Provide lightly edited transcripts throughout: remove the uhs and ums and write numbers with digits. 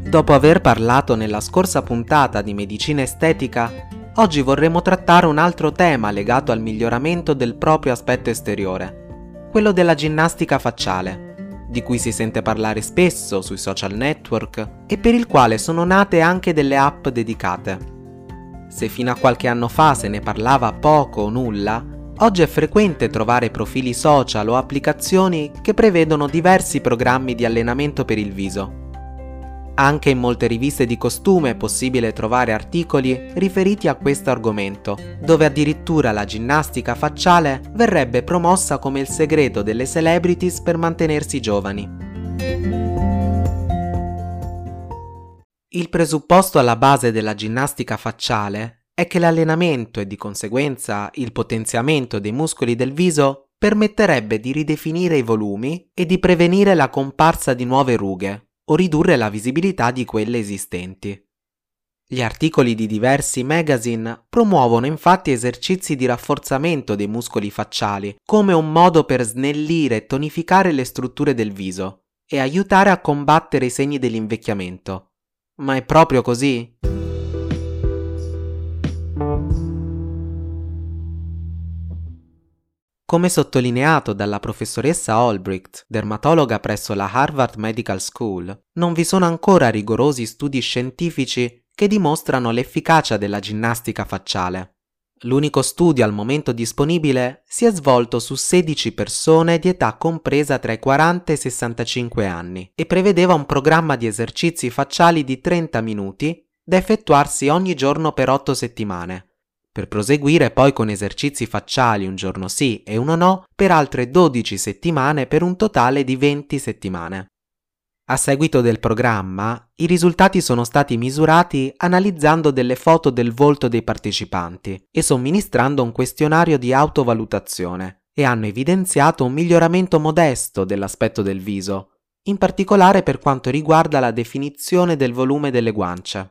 Dopo aver parlato nella scorsa puntata di medicina estetica, oggi vorremmo trattare un altro tema legato al miglioramento del proprio aspetto esteriore, quello della ginnastica facciale, di cui si sente parlare spesso sui social network e per il quale sono nate anche delle app dedicate. Se fino a qualche anno fa se ne parlava poco o nulla, oggi è frequente trovare profili social o applicazioni che prevedono diversi programmi di allenamento per il viso. Anche in molte riviste di costume è possibile trovare articoli riferiti a questo argomento, dove addirittura la ginnastica facciale verrebbe promossa come il segreto delle celebrities per mantenersi giovani. Il presupposto alla base della ginnastica facciale è che l'allenamento e di conseguenza il potenziamento dei muscoli del viso permetterebbe di ridefinire i volumi e di prevenire la comparsa di nuove rughe o ridurre la visibilità di quelle esistenti. Gli articoli di diversi magazine promuovono infatti esercizi di rafforzamento dei muscoli facciali come un modo per snellire e tonificare le strutture del viso e aiutare a combattere i segni dell'invecchiamento. Ma è proprio così? Come sottolineato dalla professoressa Olbricht, dermatologa presso la Harvard Medical School, non vi sono ancora rigorosi studi scientifici che dimostrano l'efficacia della ginnastica facciale. L'unico studio al momento disponibile si è svolto su 16 persone di età compresa tra i 40 e i 65 anni e prevedeva un programma di esercizi facciali di 30 minuti da effettuarsi ogni giorno per 8 settimane. Per proseguire poi con esercizi facciali un giorno sì e uno no per altre 12 settimane per un totale di 20 settimane. A seguito del programma, i risultati sono stati misurati analizzando delle foto del volto dei partecipanti e somministrando un questionario di autovalutazione e hanno evidenziato un miglioramento modesto dell'aspetto del viso, in particolare per quanto riguarda la definizione del volume delle guance.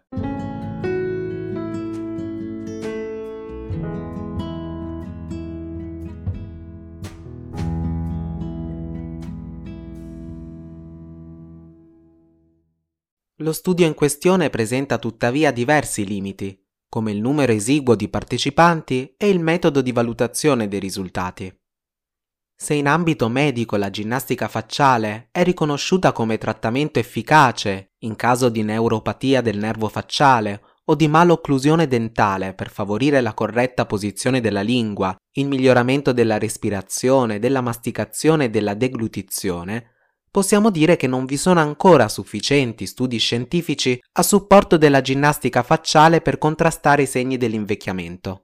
Lo studio in questione presenta tuttavia diversi limiti, come il numero esiguo di partecipanti e il metodo di valutazione dei risultati. Se in ambito medico la ginnastica facciale è riconosciuta come trattamento efficace in caso di neuropatia del nervo facciale o di malocclusione dentale per favorire la corretta posizione della lingua, il miglioramento della respirazione, della masticazione e della deglutizione, possiamo dire che non vi sono ancora sufficienti studi scientifici a supporto della ginnastica facciale per contrastare i segni dell'invecchiamento.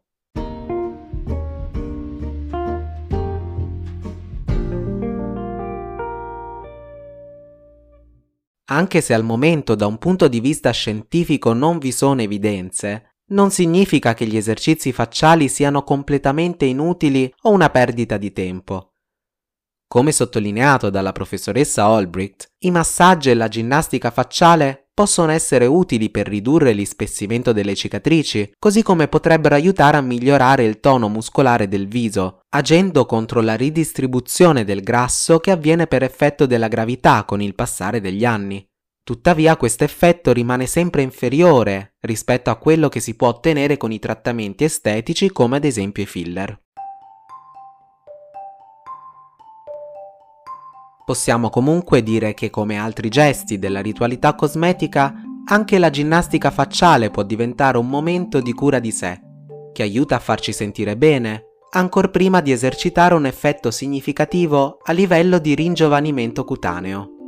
Anche se al momento da un punto di vista scientifico non vi sono evidenze, non significa che gli esercizi facciali siano completamente inutili o una perdita di tempo. Come sottolineato dalla professoressa Olbricht, i massaggi e la ginnastica facciale possono essere utili per ridurre l'ispessimento delle cicatrici, così come potrebbero aiutare a migliorare il tono muscolare del viso, agendo contro la ridistribuzione del grasso che avviene per effetto della gravità con il passare degli anni. Tuttavia questo effetto rimane sempre inferiore rispetto a quello che si può ottenere con i trattamenti estetici come ad esempio i filler. Possiamo comunque dire che come altri gesti della ritualità cosmetica, anche la ginnastica facciale può diventare un momento di cura di sé, che aiuta a farci sentire bene, ancor prima di esercitare un effetto significativo a livello di ringiovanimento cutaneo.